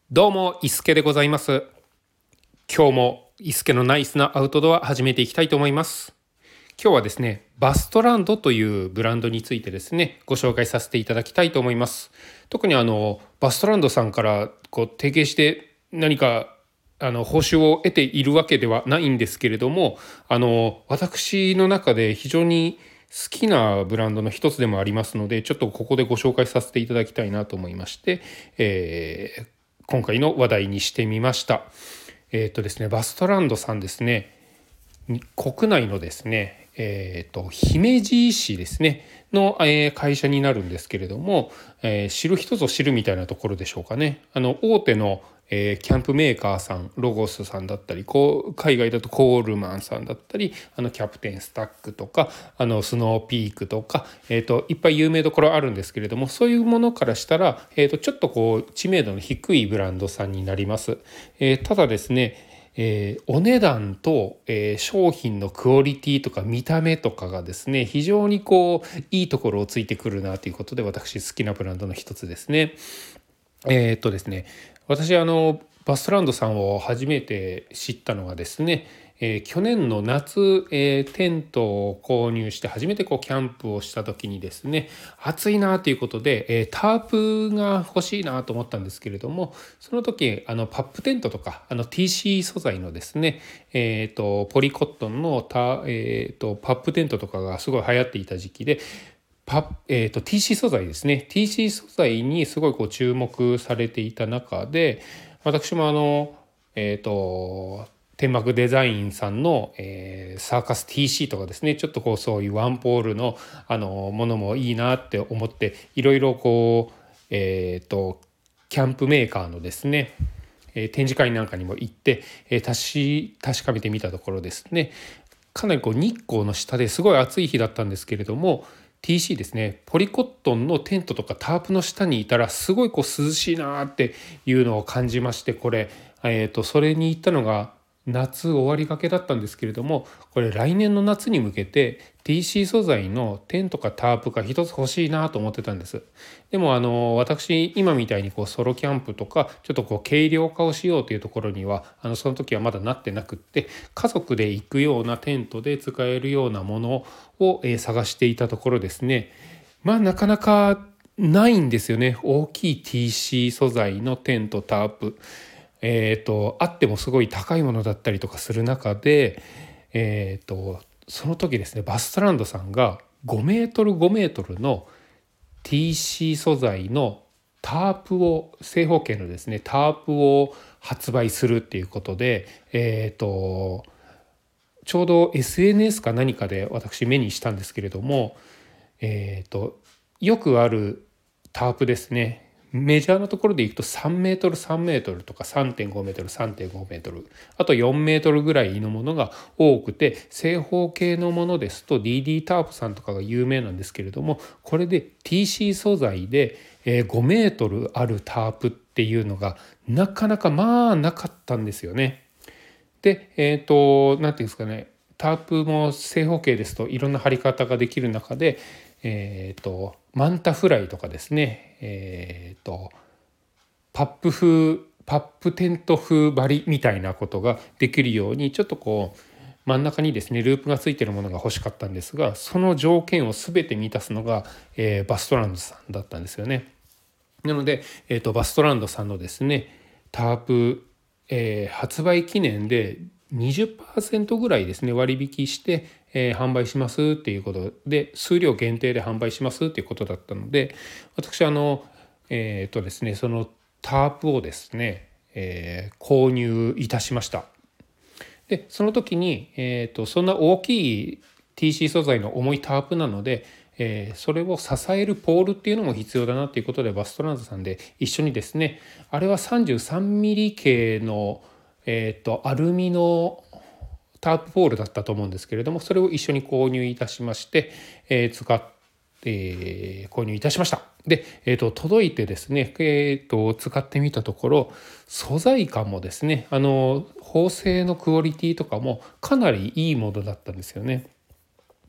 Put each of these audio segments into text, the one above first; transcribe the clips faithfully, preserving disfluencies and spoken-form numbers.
どうも、伊助でございます。今日も伊助のナイスなアウトドア始めていきたいと思います。今日はですね、バストランドというブランドについてですね、ご紹介させていただきたいと思います。特にあの、バストランドさんからこう提携して何かあの報酬を得ているわけではないんですけれども、あの、私の中で非常に好きなブランドの一つでもありますので、ちょっとここでご紹介させていただきたいなと思いまして、えー今回の話題にしてみました。えっとですね、バストランドさんですね、国内のですね、えっと姫路市ですねの、えー会社になるんですけれども、えー知る人ぞ知るみたいなところでしょうかね。あの大手のえーキャンプメーカーさん、ロゴスさんだったり、こう海外だとコールマンさんだったり、あのキャプテンスタックとか、あのスノーピークとか、えー、といっぱい有名どころあるんですけれども、そういうものからしたら、えー、とちょっとこう知名度の低いブランドさんになります。えーただですね、えーお値段と、えー商品のクオリティとか見た目とかがですね、非常にこういいところをついてくるなということで、私好きなブランドの一つですね。えーっとですね、私あのバストランドさんを初めて知ったのがですね、えー去年の夏、えーテントを購入して初めてこうキャンプをした時にですね、暑いなということで、えータープが欲しいなと思ったんですけれども、その時あのパップテントとかあの ティーシー 素材のですね、えーっとポリコットンのタ、えーっとパップテントとかがすごい流行っていた時期で、パえーと、ティーシー 素材ですね。ティーシー 素材にすごいこう注目されていた中で、私もあの、えっ、と、天幕デザインさんの、えーサーカス ティーシー とかですね、ちょっとこうそういうワンポールのあのものもいいなって思って、いろいろこう、えっ、と、キャンプメーカーのですね、えー展示会なんかにも行って、えー、確し確かめてみたところですね、かなりこう日光の下ですごい暑い日だったんですけれども、 ティーシー ですね、ポリコットンのテントとかタープの下にいたらすごいこう涼しいなっていうのを感じまして、これ、えー、とそれに行ったのが夏終わりがけだったんですけれども、これ来年の夏に向けて ティーシー 素材のテントかタープが一つ欲しいなと思ってたんです。でもあの私今みたいにこうソロキャンプとかちょっとこう軽量化をしようというところにはあのその時はまだなってなくって、家族で行くようなテントで使えるようなものを、えー探していたところですね、まあなかなかないんですよね。大きい ティーシー 素材のテントタープ、えっ、とあってもすごい高いものだったりとかする中で、えっ、とその時ですね、バストランドさんがごメートルごメートルの ティーシー 素材のタープを、正方形のですねタープを発売するっていうことで、えっ、とちょうど エスエヌエス か何かで私目にしたんですけれども、えーと、よくあるタープですね。メジャーなところでいくとさんメートルさんメートルとかさんてんごメートルさんてんごメートル、あとよんメートルぐらいのものが多くて、正方形のものですと ディーディー タープさんとかが有名なんですけれども、これで ティーシー 素材でごメートルあるタープっていうのがなかなかまあなかったんですよね。で、えっ、と、なんていうんですかね、タープも正方形ですといろんな貼り方ができる中で、えっ、と、マンタフライとかですね、えっ、と、パップ風、パップテント風張りみたいなことができるように、ちょっとこう、真ん中にですね、ループがついてるものが欲しかったんですが、その条件を全て満たすのが、えーバストランドさんだったんですよね。なので、えーと、バストランドさんのですねタープ、えー発売記念でにじゅっパーセントぐらいですね割引して、えー販売しますっていうことで、数量限定で販売しますっていうことだったので、私あのえっ、とですねそのタープをですね、えー購入いたしました。でその時に、えーと、そんな大きい ティーシー 素材の重いタープなので、えーそれを支えるポールっていうのも必要だなということで、バストランドさんで一緒にですね、あれは さんじゅうさんミリ 系の、えーとアルミのタープポールだったと思うんですけれども、それを一緒に購入いたしまして、えー使って、えー購入いたしました。で、えーと届いてですね、えーと使ってみたところ、素材感もですね、あの縫製のクオリティとかもかなりいいものだったんですよね。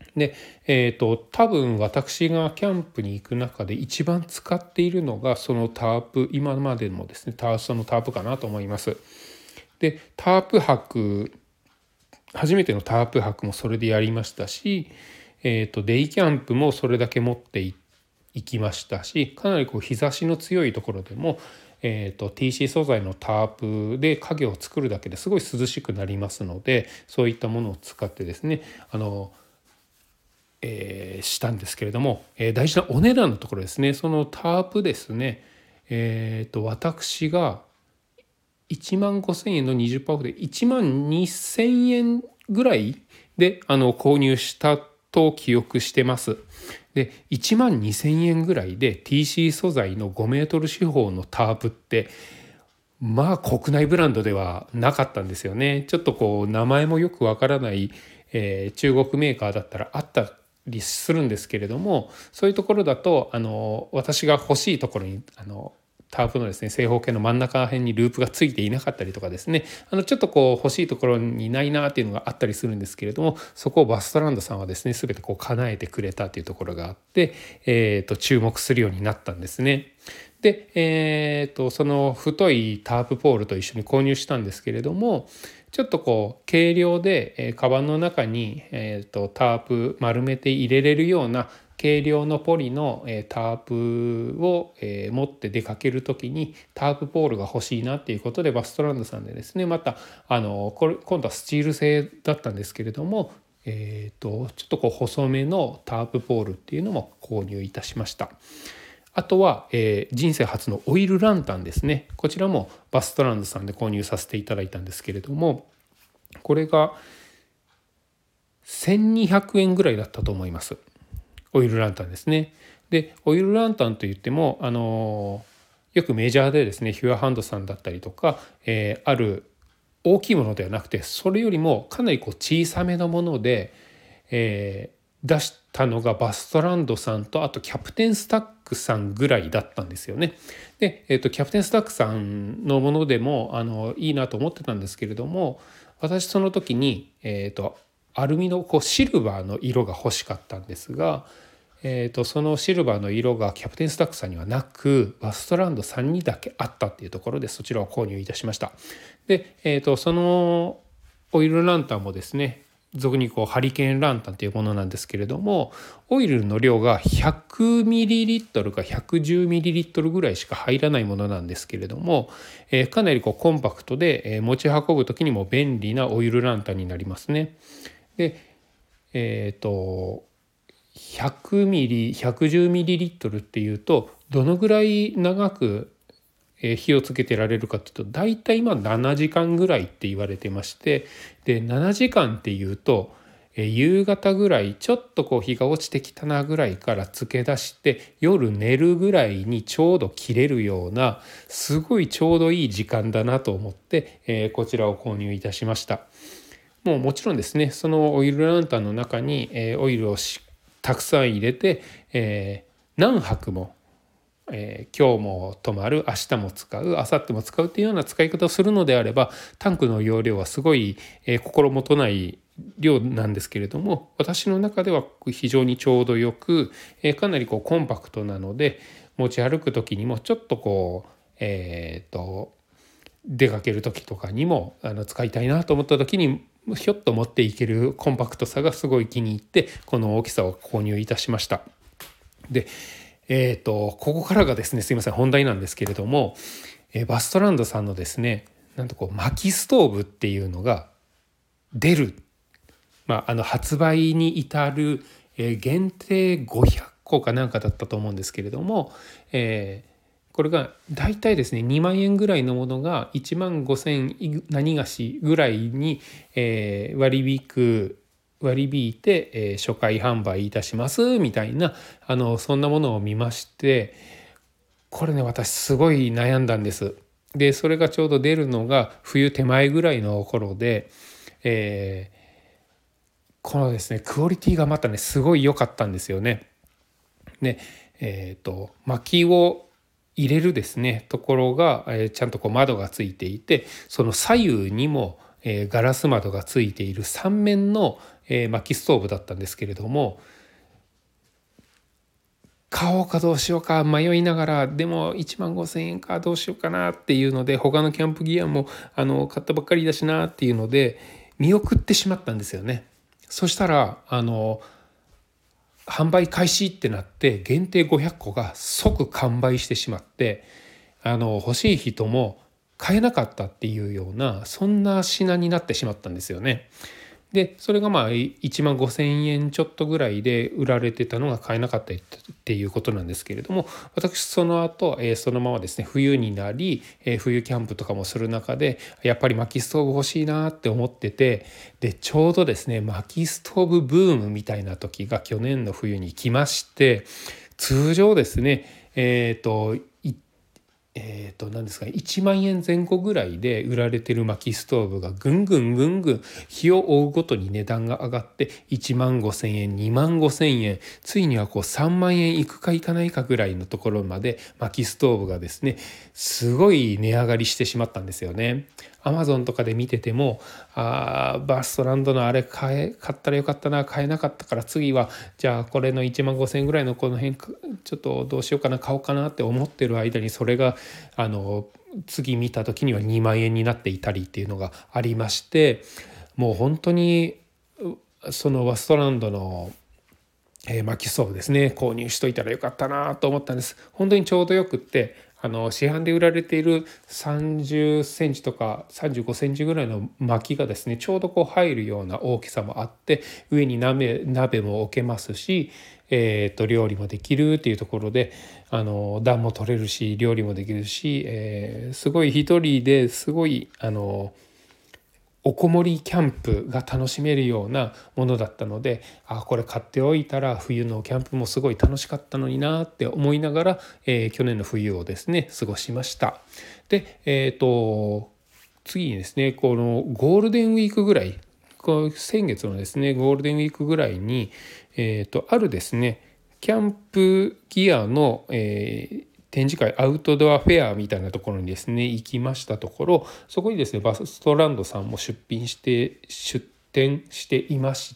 で、えーと、多分私がキャンプに行く中で一番使っているのがそのタープ、今までもですね、ターそのタープかなと思います。で、タープ泊、初めてのタープ泊もそれでやりましたし、えーと、デイキャンプもそれだけ持っていきましたし、かなりこう日差しの強いところでも、えーと、ティーシー 素材のタープで影を作るだけですごい涼しくなりますので、そういったものを使ってですね、あのえー、したんですけれども、えー、大事なお値段のところですね。そのタープですね、えー、と私がいちまんごせんえんの にじゅっパーセント オフでいちまんにせんえんぐらいであの購入したと記憶してます。でいちまんにせんえんぐらいで ティーシー 素材のごメートル四方のタープってまあ国内ブランドではなかったんですよね。ちょっとこう名前もよくわからない、えー、中国メーカーだったらあったりするんですけれども、そういうところだとあの私が欲しいところにあのタープのですね正方形の真ん中辺にループがついていなかったりとかですね、あのちょっとこう欲しいところにないなっていうのがあったりするんですけれども、そこをバストランドさんはですね全てこう叶えてくれたというところがあって、えー、と注目するようになったんですね。で、えー、とその太いタープポールと一緒に購入したんですけれども、ちょっとこう軽量で、えー、カバンの中に、えー、とタープ丸めて入れれるような軽量のポリの、えー、タープを、えー、持って出かける時にタープポールが欲しいなっていうことでバストランドさんでですね、またあのこれ今度はスチール製だったんですけれども、えー、とちょっとこう細めのタープポールっていうのも購入いたしました。あとは、えー、人生初のオイルランタンですね。こちらもバストランドさんで購入させていただいたんですけれども、これがせんにひゃくえんぐらいだったと思います。オイルランタンですね。でオイルランタンといってもあのー、よくメジャーでですねヒュアハンドさんだったりとか、えー、ある大きいものではなくて、それよりもかなりこう小さめのもので、えー出したのがバストランドさんとあとキャプテンスタックさんぐらいだったんですよね。で、えー、とキャプテンスタックさんのものでもあのいいなと思ってたんですけれども、私その時に、えー、とアルミのこうシルバーの色が欲しかったんですが、えー、とそのシルバーの色がキャプテンスタックさんにはなくバストランドさんにだけあったっていうところでそちらを購入いたしました。で、えー、とそのオイルランタンもですね俗にこうハリケーンランタンというものなんですけれども、オイルの量が ひゃくミリリットル か ひゃくじゅうミリリットル ぐらいしか入らないものなんですけれども、えー、かなりこうコンパクトで、えー、持ち運ぶ時にも便利なオイルランタンになりますね。でえっ、ー、とひゃくミリ ひゃくじゅうミリリットル っていうとどのぐらい長く火をつけてられるかというと大体今ななじかんぐらいって言われてまして、でななじかんっていうと夕方ぐらいちょっとこう日が落ちてきたなぐらいからつけ出して夜寝るぐらいにちょうど切れるようなすごいちょうどいい時間だなと思って、えー、こちらを購入いたしました。もうもちろんですねそのオイルランタンの中に、えー、オイルをたくさん入れて、えー、何泊もえー、今日も泊まる明日も使う明後日も使うっていうような使い方をするのであればタンクの容量はすごい、えー、心もとない量なんですけれども、私の中では非常にちょうどよく、えー、かなりこうコンパクトなので持ち歩く時にもちょっとこうえー、と出かける時とかにもあの使いたいなと思った時にひょっと持っていけるコンパクトさがすごい気に入ってこの大きさを購入いたしました。でえーと、ここからがですねすいません本題なんですけれども、えー、バストランドさんのですねなんとこう薪ストーブっていうのが出る、まあ、あの発売に至る、えー、限定ごひゃっこかなんかだったと思うんですけれども、えー、これがだいたいですねにまんえんぐらいのものがいちまんごせん何がしぐらいに、えー、割引く割り引いて、えー、初回販売いたしますみたいなあのそんなものを見まして、これね私すごい悩んだんです。でそれがちょうど出るのが冬手前ぐらいの頃で、えー、このですねクオリティがまたねすごい良かったんですよね。でえっ、ー、と薪を入れるですねところが、えー、ちゃんとこう窓がついていてその左右にもえーガラス窓がついているさん面の、えー薪ストーブだったんですけれども、買おうかどうしようか迷いながら、でもいちまんごせんえんかどうしようかなっていうので、他のキャンプギアもあの買ったばっかりだしなっていうので見送ってしまったんですよね。そしたらあの販売開始ってなって限定ごひゃっこが即完売してしまって、あの欲しい人も買えなかったっていうような、そんな品になってしまったんですよね。でそれがまあいちまんごせんえんちょっとぐらいで売られてたのが買えなかったっていうことなんですけれども、私その後、えーそのままですね冬になり、えー冬キャンプとかもする中でやっぱり薪ストーブ欲しいなって思ってて、でちょうどですね薪ストーブブームみたいな時が去年の冬に来まして、通常ですねえっ、とえー、と何ですかねいちまんえんぜん後ぐらいで売られてる薪ストーブがぐんぐんぐんぐん日を追うごとに値段が上がっていちまんごせんえんにまんごせんえん、ついにはこうさんまんえんいくかいかないかぐらいのところまで薪ストーブがですねすごい値上がりしてしまったんですよね。アマゾンとかで見ててもあーバストランドのあれ買え買ったらよかったな、買えなかったから次はじゃあこれのいちまんごせんえんぐらいのこの辺ちょっとどうしようかな買おうかなって思ってる間にそれがあの次見た時にはにまんえんになっていたりっていうのがありまして、もう本当にそのバストランドのえー、薪ストーブですね購入しといたらよかったなと思ったんです。本当にちょうどよくって、あの市販で売られているさんじゅっセンチとかさんじゅうごセンチぐらいの薪がですねちょうどこう入るような大きさもあって、上に鍋鍋も置けますし、えー、と料理もできるっていうところで、あの暖も取れるし料理もできるし、えー、すごい一人ですごいあのおこもりキャンプが楽しめるようなものだったので、あこれ買っておいたら冬のキャンプもすごい楽しかったのになって思いながら、えー去年の冬をですね過ごしました。でえっ、と次にですねこのゴールデンウィークぐらい、こう先月のですねゴールデンウィークぐらいに、えー、とあるですねキャンプギアの、えー展示会アウトドアフェアみたいなところにですね行きましたところ、そこにですねバストランドさんも出品して出展していまして、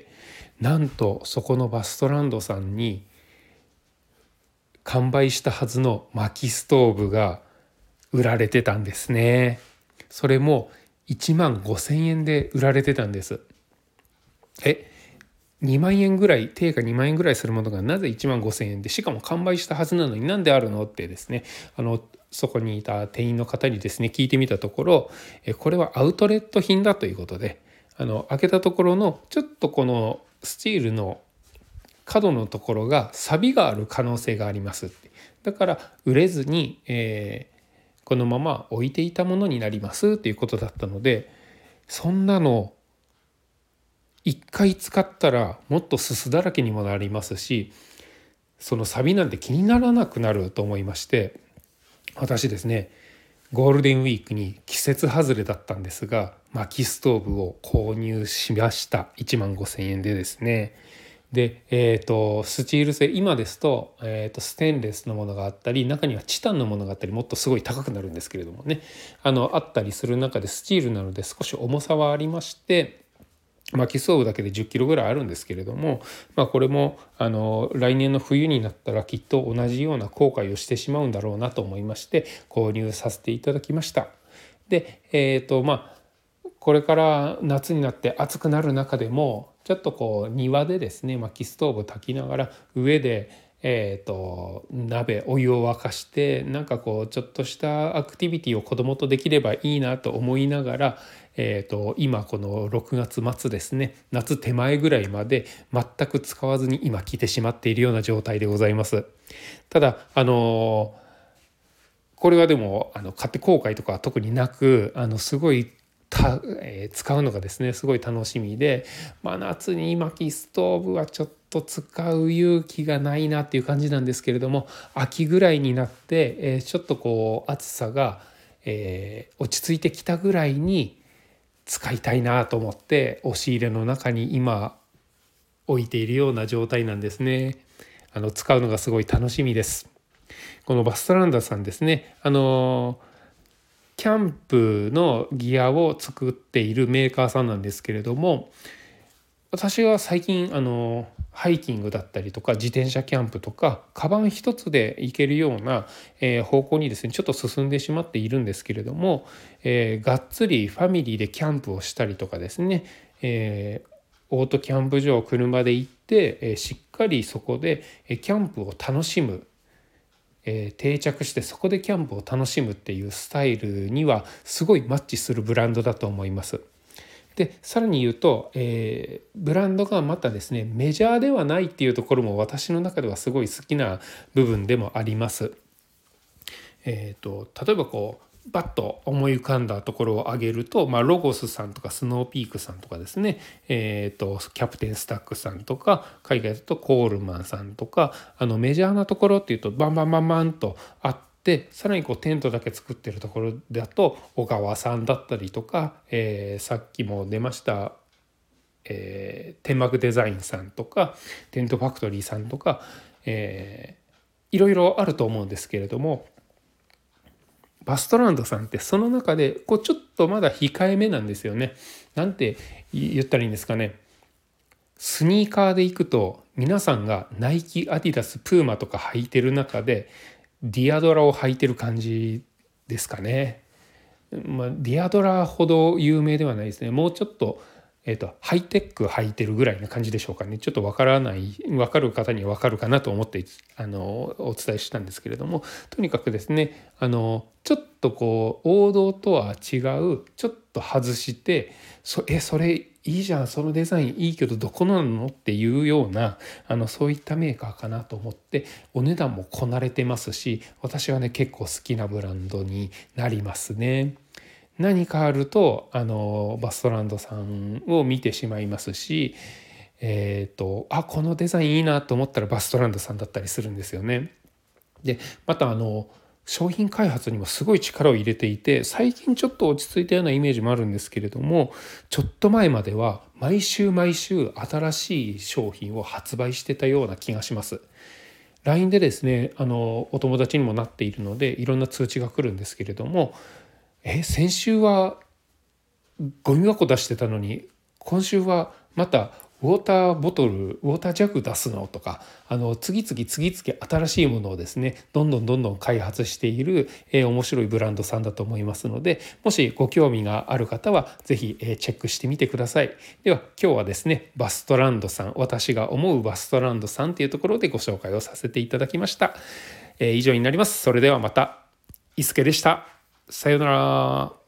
なんとそこのバストランドさんに完売したはずの薪ストーブが売られてたんですね。それもいちまんごせんえんで売られてたんです。えにまんえんぐらい、定価にまんえんぐらいするものがなぜいちまんごせんえんで、しかも完売したはずなのになんであるのってですね、あのそこにいた店員の方にですね聞いてみたところ、えこれはアウトレット品だということで、あの開けたところのちょっとこのスチールの角のところが錆がある可能性がありますって。だから売れずに、えーこのまま置いていたものになりますっていうことだったので、そんなの一回使ったらもっとすすだらけにもなりますし、その錆なんて気にならなくなると思いまして、私ですねゴールデンウィークに季節外れだったんですが薪ストーブを購入しました。いちまんごせんえんでですね。で、えー、とスチール製今ですと,、えー、とステンレスのものがあったり、中にはチタンのものがあったり、もっとすごい高くなるんですけれどもね、あのあったりする中でスチールなので少し重さはありまして、薪ストーブだけでじゅっキロぐらいあるんですけれども、まあ、これもあの来年の冬になったらきっと同じような後悔をしてしまうんだろうなと思いまして購入させていただきました。でえっ、とまあこれから夏になって暑くなる中でもちょっとこう庭でですね薪ストーブ焚きながら上でえー、と鍋お湯を沸かしてなんかこうちょっとしたアクティビティを子どもとできればいいなと思いながら、えー、と今このろくがつ末ですね夏手前ぐらいまで全く使わずに今来てしまっているような状態でございます。ただあのこれはでもあの買って後悔とかは特になく、あのすごいた、えー使うのがですねすごい楽しみで、まあ、夏に薪ストーブはちょっと使う勇気がないなっていう感じなんですけれども、秋ぐらいになって、えーちょっとこう暑さが、えー落ち着いてきたぐらいに使いたいなと思って押し入れの中に今置いているような状態なんですね。あの使うのがすごい楽しみです。このバストランダーさんですね、あのキャンプのギアを作っているメーカーさんなんですけれども、私は最近あのハイキングだったりとか自転車キャンプとかカバン一つで行けるような、えー方向にですねちょっと進んでしまっているんですけれども、えーがっつりファミリーでキャンプをしたりとかですね、えーオートキャンプ場を車で行って、えーしっかりそこでえーキャンプを楽しむ、えー定着してそこでキャンプを楽しむっていうスタイルにはすごいマッチするブランドだと思います。でさらに言うと、えーブランドがまたですねメジャーではないっていうところも私の中ではすごい好きな部分でもあります。えーと例えばこうバッと思い浮かんだところを挙げると、まあ、ロゴスさんとかスノーピークさんとかですね、えーとキャプテンスタックさんとか海外だとコールマンさんとか、あのメジャーなところっていうとバンバンバンバンとあって、さらにこうテントだけ作ってるところだと小川さんだったりとか、えーさっきも出ましたえー天幕デザインさんとかテントファクトリーさんとか、えーいろいろあると思うんですけれども、バストランドさんってその中でこうちょっとまだ控えめなんですよね。なんて言ったらいいんですかね。スニーカーで行くと皆さんがナイキ、アディダス、プーマとか履いてる中でディアドラを履いてる感じですかね。まあ、ディアドラほど有名ではないですね。もうちょっと、えーと、ハイテック履いてるぐらいな感じでしょうかね。ちょっとわからないわかる方にはわかるかなと思ってあのお伝えしたんですけれども、とにかくですねあのちょっとこう王道とは違うちょっと外してそえそれいいじゃん、そのデザインいいけどどこなのっていうようなあのそういったメーカーかなと思って、お値段もこなれてますし、私はね結構好きなブランドになりますね。何かあるとあのバストランドさんを見てしまいますし、えーとあこのデザインいいなと思ったらバストランドさんだったりするんですよね。でまたあの商品開発にもすごい力を入れていて、最近ちょっと落ち着いたようなイメージもあるんですけれども、ちょっと前までは毎週毎週新しい商品を発売してたような気がします。ライン でですねあのお友達にもなっているのでいろんな通知が来るんですけれども、え先週はゴミ箱出してたのに今週はまたウォーターボトルウォータージャグ出すのとか、あの次々次々新しいものをですねどんどんどんどん開発している、えー、面白いブランドさんだと思いますので、もしご興味がある方は是非、えー、チェックしてみてください。では今日はですねバストランドさん、私が思うバストランドさんというところでご紹介をさせていただきました。えー、以上になります。それではまた。伊助でした。さようなら。